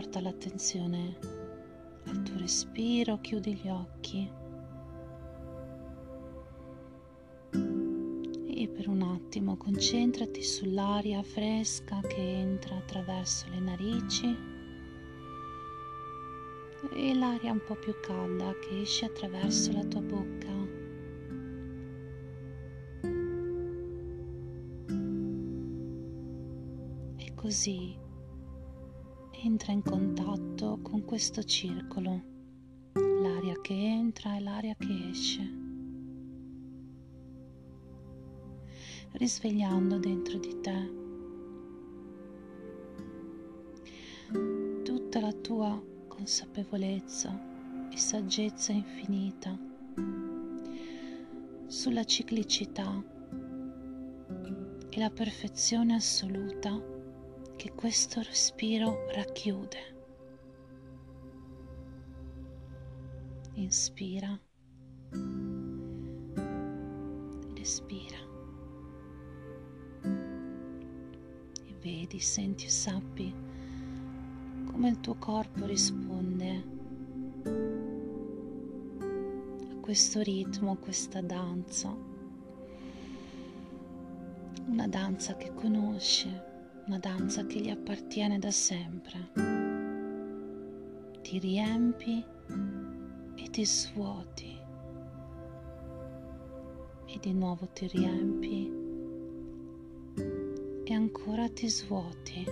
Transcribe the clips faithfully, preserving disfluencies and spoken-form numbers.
porta l'attenzione al tuo respiro, chiudi gli occhi e per un attimo concentrati sull'aria fresca che entra attraverso le narici e l'aria un po' più calda che esce attraverso la tua bocca. E così entra in contatto con questo circolo, l'aria che entra e l'aria che esce, risvegliando dentro di te tutta la tua consapevolezza e saggezza infinita sulla ciclicità e la perfezione assoluta che questo respiro racchiude. Inspira ed espira e vedi, senti e sappi come il tuo corpo risponde a questo ritmo, a questa danza, una danza che conosce, una danza che gli appartiene da sempre. Ti riempi e ti svuoti e di nuovo ti riempi e ancora ti svuoti.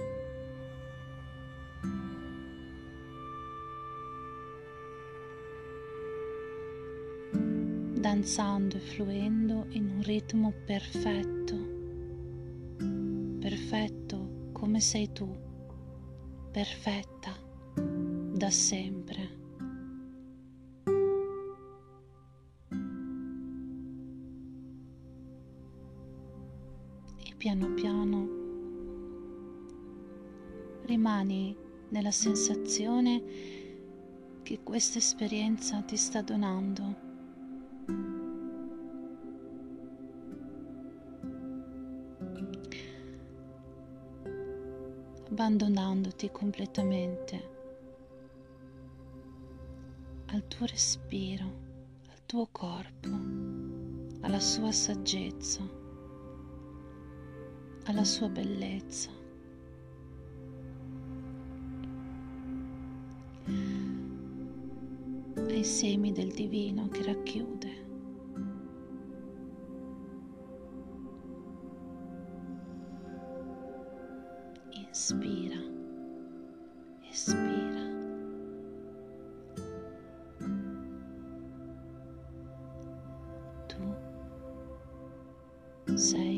Danzando e fluendo in un ritmo perfetto, perfetto come sei tu, perfetta da sempre. E piano piano rimani nella sensazione che questa esperienza ti sta donando. Abbandonandoti completamente al tuo respiro, al tuo corpo, alla sua saggezza, alla sua bellezza. Ai semi del divino che racchiude. Inspira, espira. Tu sei